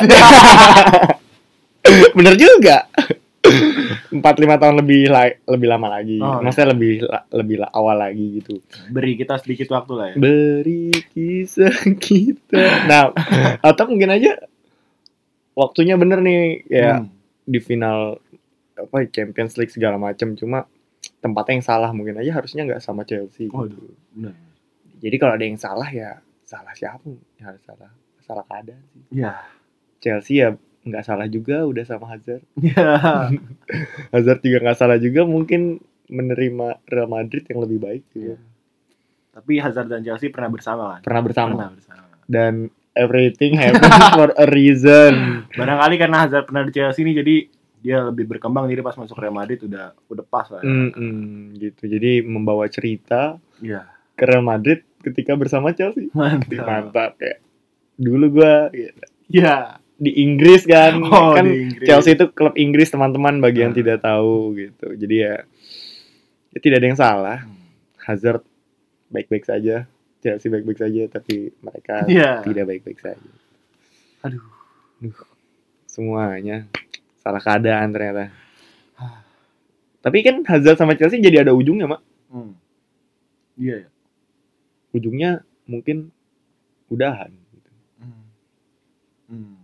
Bener juga. empat lima tahun lebih la- lebih lama lagi. Oh, Maksudnya lebih la- lebih la- awal lagi gitu. Beri kita sedikit waktu lah ya. Beri kisah kita. Nah, atau mungkin aja waktunya bener nih ya Hmm. di final apa Champions League segala macam, cuma tempatnya yang salah, mungkin aja harusnya nggak sama Chelsea. Waduh, Gitu. benar. Jadi kalau ada yang salah ya salah siapa? Ya harus salah salah keadaan sih. Iya. Chelsea ya nggak salah juga udah sama Hazard. Iya. Hazard juga nggak salah juga, mungkin menerima Real Madrid yang lebih baik juga. Iya. Tapi Hazard dan Chelsea pernah bersama kan? Pernah bersama. Pernah bersama. Dan everything happens for a reason. Barangkali karena Hazard pernah di Chelsea nih, jadi dia lebih berkembang, jadi pas masuk Real Madrid udah udah pas lah. Ya. Mm-mm, gitu. Jadi membawa cerita Iya. ke Real Madrid ketika bersama Chelsea. Mantap. Mantap kayak dulu gua gitu, Iya. di Inggris kan. Oh, Kan di Inggris. Chelsea itu klub Inggris teman-teman bagi yang Hmm. tidak tahu gitu. Jadi ya, ya tidak ada yang salah. Hazard baik-baik saja, Chelsea baik-baik saja, tapi mereka Iya. tidak baik-baik saja. Aduh. Semuanya salah keadaan ternyata. Tapi kan Hazard sama Chelsea jadi ada ujungnya, Mak. Hmm. Iya ya. Ujungnya mungkin udahan. Hmm. Hmm.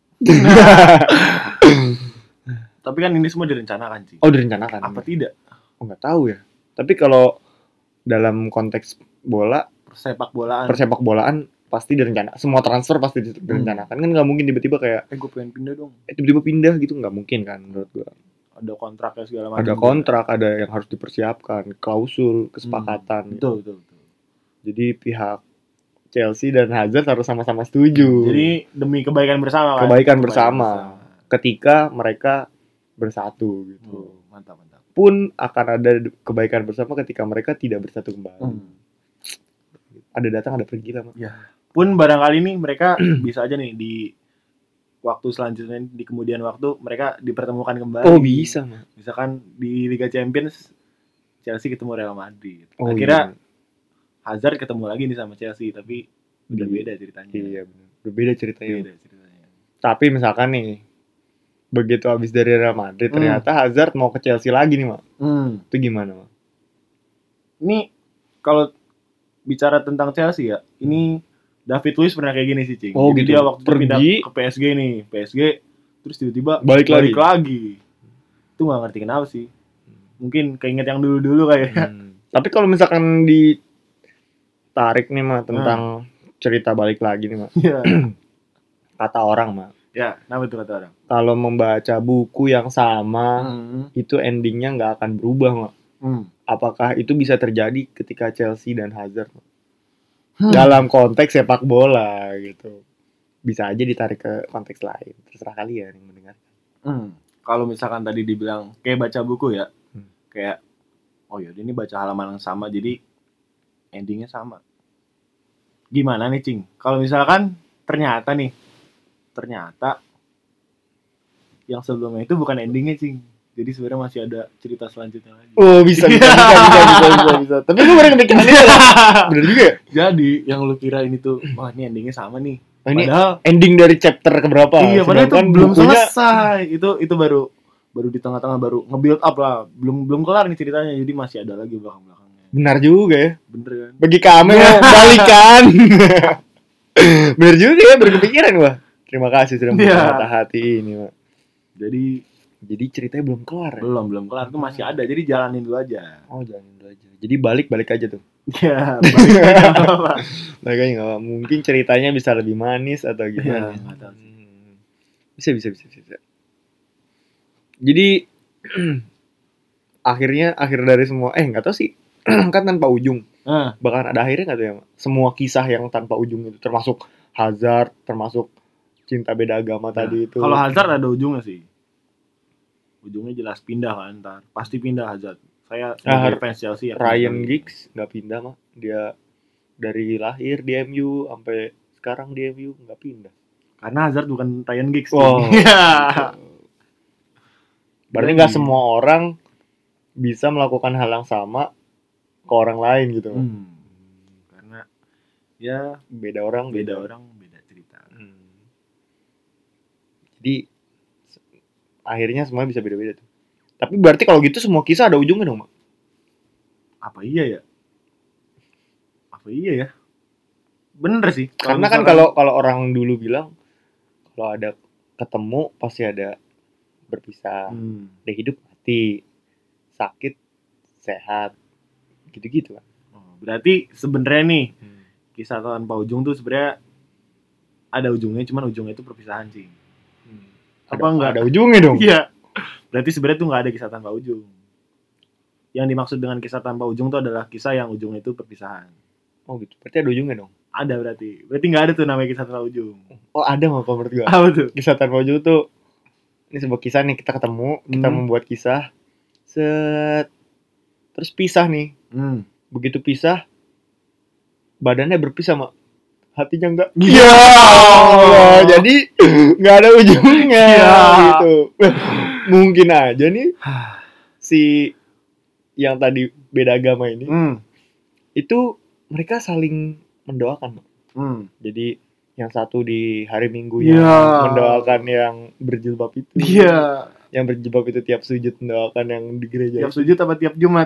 Tapi kan ini semua direncanakan sih. Oh, direncanakan. Apa tidak? Oh, nggak tahu ya. Tapi kalau dalam konteks bola, Persepak bolaan. persepak bolaan pasti direncanakan. Semua transfer pasti direncanakan. Kan nggak mungkin tiba-tiba kayak eh gue pengen pindah dong. eh, tiba-tiba pindah gitu, nggak mungkin kan menurut gua. Ada kontraknya segala macam. Ada kontrak, ada yang harus dipersiapkan, klausul, kesepakatan. Hmm. Betul, betul, betul. Jadi pihak Chelsea dan Hazard harus sama-sama setuju. Jadi demi kebaikan bersama kan? Kebaikan bersama. Ketika mereka bersatu gitu. Oh, mantap, mantap. Pun akan ada kebaikan bersama ketika mereka tidak bersatu kembali. Hmm. Ada datang, ada pergi lah, Mak. Ya. Pun barangkali nih mereka bisa aja nih di waktu selanjutnya, di kemudian waktu mereka dipertemukan kembali. Oh, bisa, Mak. Misalkan di Liga Champions Chelsea ketemu Real Madrid. Oh, Akhirnya iya. Hazard ketemu lagi nih sama Chelsea, tapi udah Iya. beda ceritanya. Iya, benar. Berbeda ceritanya. Beda ceritanya. Tapi misalkan nih, begitu habis dari Real Madrid, Hmm. ternyata Hazard mau ke Chelsea lagi nih, Mak. Hmm. Itu gimana, Mak? Ini kalau bicara tentang Chelsea ya, ini David Luiz pernah kayak gini sih, Cing. Oh, Jadi gitu. dia waktu itu Pergi. pindah ke P S G nih, P S G terus tiba-tiba Balik lagi. lagi. Itu nggak ngerti kenapa sih. Mungkin keinget yang dulu-dulu kayaknya. Hmm. Tapi kalau misalkan ditarik nih mah tentang hmm. cerita balik lagi nih mah. Iya. Kata orang mah. Ya, kenapa itu kata orang? Kalau membaca buku yang sama, hmm. itu endingnya nggak akan berubah mah. Hmm. Apakah itu bisa terjadi ketika Chelsea dan Hazard? Hmm. Dalam konteks sepak bola gitu. Bisa aja ditarik ke konteks lain. Terserah kalian yang mendengar. Hmm. Kalau misalkan tadi dibilang kayak baca buku ya. Hmm. Kayak oh ya ini baca halaman yang sama jadi endingnya sama. Gimana nih, Cing? Kalau misalkan ternyata nih ternyata yang sebelumnya itu bukan endingnya, Cing. Jadi sebenarnya masih ada cerita selanjutnya lagi. Oh, bisa bisa bisa bisa bisa bisa. bisa. Tapi lu baru kepikiran itu. Bener juga ya? Jadi yang lu kira ini tuh, wah ini endingnya sama nih. Oh, ini padahal ending dari chapter keberapa? Iya, padahal itu belum bukunya... selesai. Itu itu baru baru di tengah-tengah baru nge-build up lah. Belum belum kelar nih ceritanya. Jadi masih ada lagi belakang-belakangnya. Benar juga ya. Bener kan? Bagi kami balikan. Bener juga ya, berkepikiran gua. Terima kasih sudah membuka hati ini, Pak. Jadi jadi ceritanya belum kelar ya? Belum, belum kelar. Itu masih ada. Jadi jalanin dulu aja. Oh, jalanin dulu aja. Jadi balik-balik aja tuh. Iya, balik aja enggak apa-apa. Balik aja enggak apa-apa. Mungkin ceritanya bisa lebih manis atau gimana. Ya, enggak tahu sih. Hmm. Bisa, bisa, bisa, bisa. Jadi akhirnya akhir dari semua eh enggak tahu sih. Kan tanpa ujung. Uh. Bahkan ada akhirnya enggak tahu ya, Mak? Semua kisah yang tanpa ujung itu termasuk Hazard, termasuk cinta beda agama nah, tadi itu. Kalau Hazard ada ujungnya sih. Ujungnya jelas pindah kan ntar. Pasti pindah Hazard. Saya sebagai nah, fans Chelsea ya. Ryan Giggs nggak pindah mah. Dia dari lahir di M U sampai sekarang di M U nggak pindah. Karena Hazard bukan Ryan Giggs. Oh. Berarti nggak semua orang bisa melakukan hal yang sama ke orang lain gitu. Hmm. Karena ya beda orang, beda, beda orang, beda cerita. Hmm. Jadi akhirnya semuanya bisa beda-beda tuh. Tapi berarti kalau gitu semua kisah ada ujungnya dong, Mak? Apa iya ya? Apa iya ya? Bener sih. Karena kan kalau kalau orang dulu bilang kalau ada ketemu pasti ada berpisah. Hmm. Ada hidup mati, sakit sehat, gitu-gitu kan. Oh, berarti sebenarnya nih hmm. kisah tanpa ujung tuh sebenarnya ada ujungnya, cuman ujungnya itu perpisahan sih. Hmm. Apa ada, enggak ada ujungnya dong? Iya. Berarti sebenarnya tuh nggak ada kisah tanpa ujung. Yang dimaksud dengan kisah tanpa ujung tuh adalah kisah yang ujungnya itu perpisahan. Oh gitu. Berarti ada ujungnya dong? Ada berarti. Berarti nggak ada tuh namanya kisah tanpa ujung. Oh ada mah kalau menurut gue. Apa tuh? Kisah tanpa ujung tuh ini sebuah kisah nih, kita ketemu, hmm. kita membuat kisah, set, terus pisah nih. Hmm. Begitu pisah, badannya berpisah mak. Hatinya enggak. Iya. Yeah. Jadi enggak ada ujungnya yeah. gitu. Mungkin aja nih si yang tadi beda agama ini hmm. itu mereka saling mendoakan. Hmm. Jadi yang satu di hari Minggunya yeah. mendoakan yang berjilbab itu. Iya. Yeah. Yang berjilbab itu tiap sujud mendoakan yang di gereja. Tiap sujud apa tiap Jumat?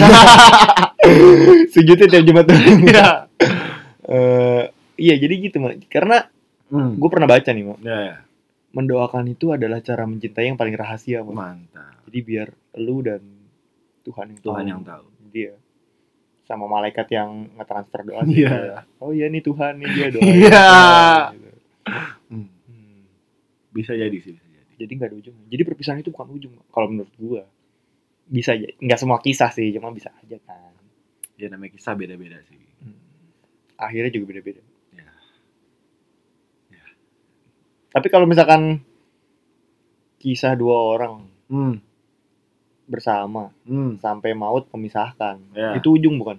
Sujudnya tiap Jumat. Iya. uh, Iya jadi gitu Mak. Karena hmm. gue pernah baca nih Mak. Ya, ya. Mendoakan itu adalah cara mencintai yang paling rahasia Mak. Mantap. Jadi biar lu dan Tuhan yang Tuhan tahu. yang tahu. Dia sama malaikat yang nge-transfer doa. Iya. Oh iya nih Tuhan nih dia doa. Iya. Gitu. Hmm. Hmm. Bisa jadi sih. Bisa jadi. Jadi nggak ada ujung. Jadi perpisahan itu bukan ujung Mak. Kalau menurut gue bisa aja. Nggak semua kisah sih, cuma bisa aja kan. Ya namanya kisah beda-beda sih. Hmm. Akhirnya juga beda-beda. Tapi kalau misalkan kisah dua orang hmm. bersama hmm. sampai maut memisahkan, ya. Itu ujung bukan?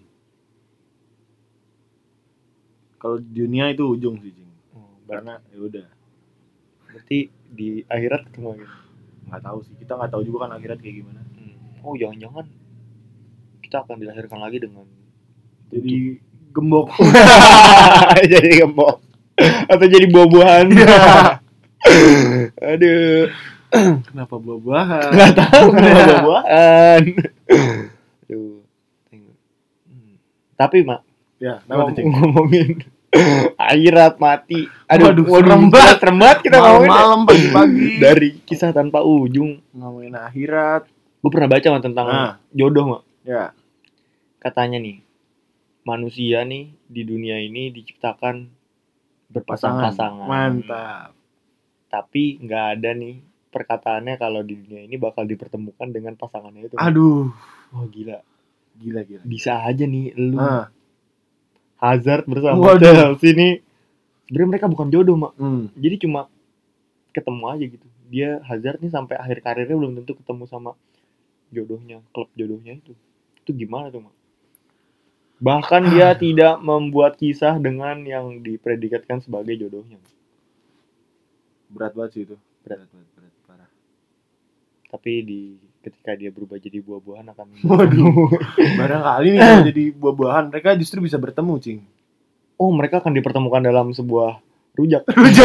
Kalau di dunia itu ujung sih, Jing. Oh, karena ya udah. Berarti di akhirat ketemu lagi? Nggak tahu sih, kita nggak tahu juga kan akhirat kayak gimana. Hmm. Oh jangan-jangan kita akan dilahirkan lagi dengan jadi gembok. Jadi gembok atau jadi buah-buahan. Aduh, kenapa buah-buahan? Nggak tahu kenapa buah-buahan. Aduh, hmm. Tapi Mak, ya, ngom- ngomongin Akhirat mati. Aduh, Waduh, waduh, serem banget. serem banget kita ngomongin. Malam-malam pagi-pagi. Dari kisah tanpa ujung. Ngomongin akhirat. Gue pernah baca mah tentang Nah. jodoh mah. Ya. Katanya nih, manusia nih di dunia ini diciptakan berpasang-pasangan. Mantap. Tapi nggak ada nih perkataannya kalau di dunia ini bakal dipertemukan dengan pasangannya itu. Aduh. Oh gila. Gila gila. Bisa aja nih lu Ah. Hazard bersama Waduh. Chelsea nih. Sebenarnya mereka bukan jodoh, Mak. Hmm. Jadi cuma ketemu aja gitu. Dia Hazard nih sampai akhir karirnya belum tentu ketemu sama jodohnya, klub jodohnya itu. Itu gimana tuh, Mak? Bahkan dia tidak membuat kisah dengan yang dipredikatkan sebagai jodohnya. Berat banget sih itu. Berat. Berat banget, berat parah. Tapi di ketika dia berubah jadi buah-buahan akan Waduh. Barangkali nih kalau jadi buah-buahan mereka justru bisa bertemu, Cing. Oh, mereka akan dipertemukan dalam sebuah rujak.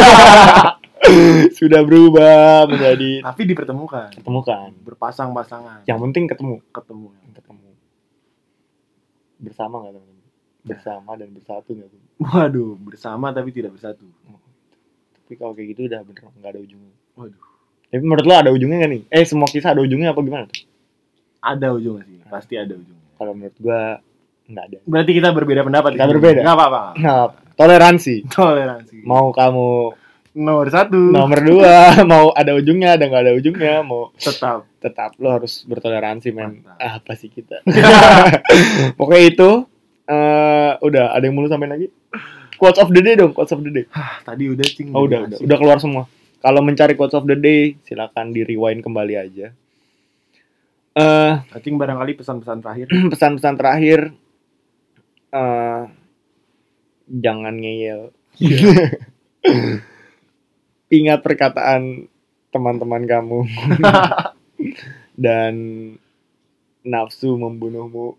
Sudah berubah menjadi Tapi dipertemukan. ketemukan. Berpasang-pasangan. Yang penting ketemu, Ketemu. ketemu. Bersama enggak, teman-teman? Bersama dan bersatu enggak tuh? Waduh, bersama tapi tidak bersatu. Tapi kalau kayak gitu udah bener enggak ada ujungnya. Waduh. Tapi menurut lo ada ujungnya enggak nih? Eh, semua kisah ada ujungnya apa gimana tuh? Ada ujungnya sih, pasti ada ujungnya. Kalau menurut gua enggak ada. Berarti kita berbeda pendapat. Kita di sini. berbeda. Nggak apa-apa. Nah, toleransi. Toleransi. Mau kamu Nomor satu. nomor dua, mau ada ujungnya, ada nggak ada ujungnya, mau Tetap. tetap lo harus bertoleransi, men. Mantap. Ah, apa sih kita? Pokoknya itu eh udah ada yang mau lu sampein lagi? Quotes of the day dong, quotes of the day. Ah, tadi udah, Cing. Oh, udah, udah, udah keluar semua. Kalau mencari quotes of the day, silakan di rewind kembali aja. Eh, Cing, barangkali pesan-pesan terakhir. pesan-pesan terakhir, eh jangan ngeyel. Ingat perkataan teman-teman kamu dan nafsu membunuhmu.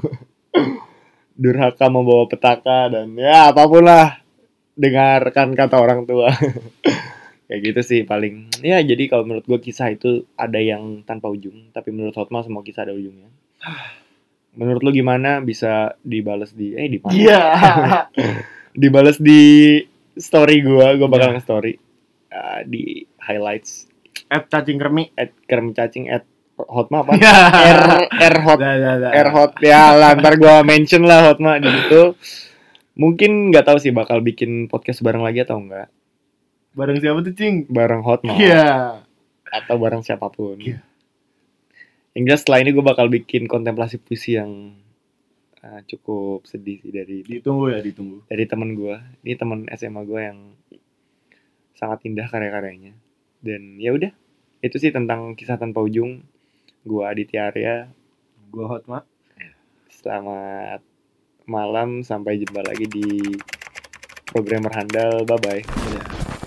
Durhaka membawa petaka dan ya apapun lah, dengarkan kata orang tua. Kayak gitu sih paling. Ya jadi kalau menurut gue kisah itu ada yang tanpa ujung, tapi menurut Hotma semua kisah ada ujungnya. Menurut lu gimana? Bisa dibales di eh di mana? Iya. Dibales di story gue, gue bakal nge-story uh, di highlights At cacing kremi. at kermi cacing at Hotma apa? Ya. R R hot Dah, dah, dah. R hot ya lah, ntar gue mention lah Hotma di situ. Mungkin nggak tahu sih bakal bikin podcast bareng lagi atau enggak. Bareng siapa tuh, Cing? Bareng Hotma Iya. atau bareng siapapun. Iya. Yang jelas setelah ini gue bakal bikin kontemplasi puisi yang uh, cukup sedih sih dari Ditunggu ya, ditunggu. dari temen gue. Ini temen S M A gue yang sangat indah karya-karyanya. Dan ya udah, itu sih tentang kisah tanpa ujung. Gue Aditya Arya. Gua Hotma. Selamat malam, sampai jumpa lagi di Programmer Handal. Bye bye. Iya.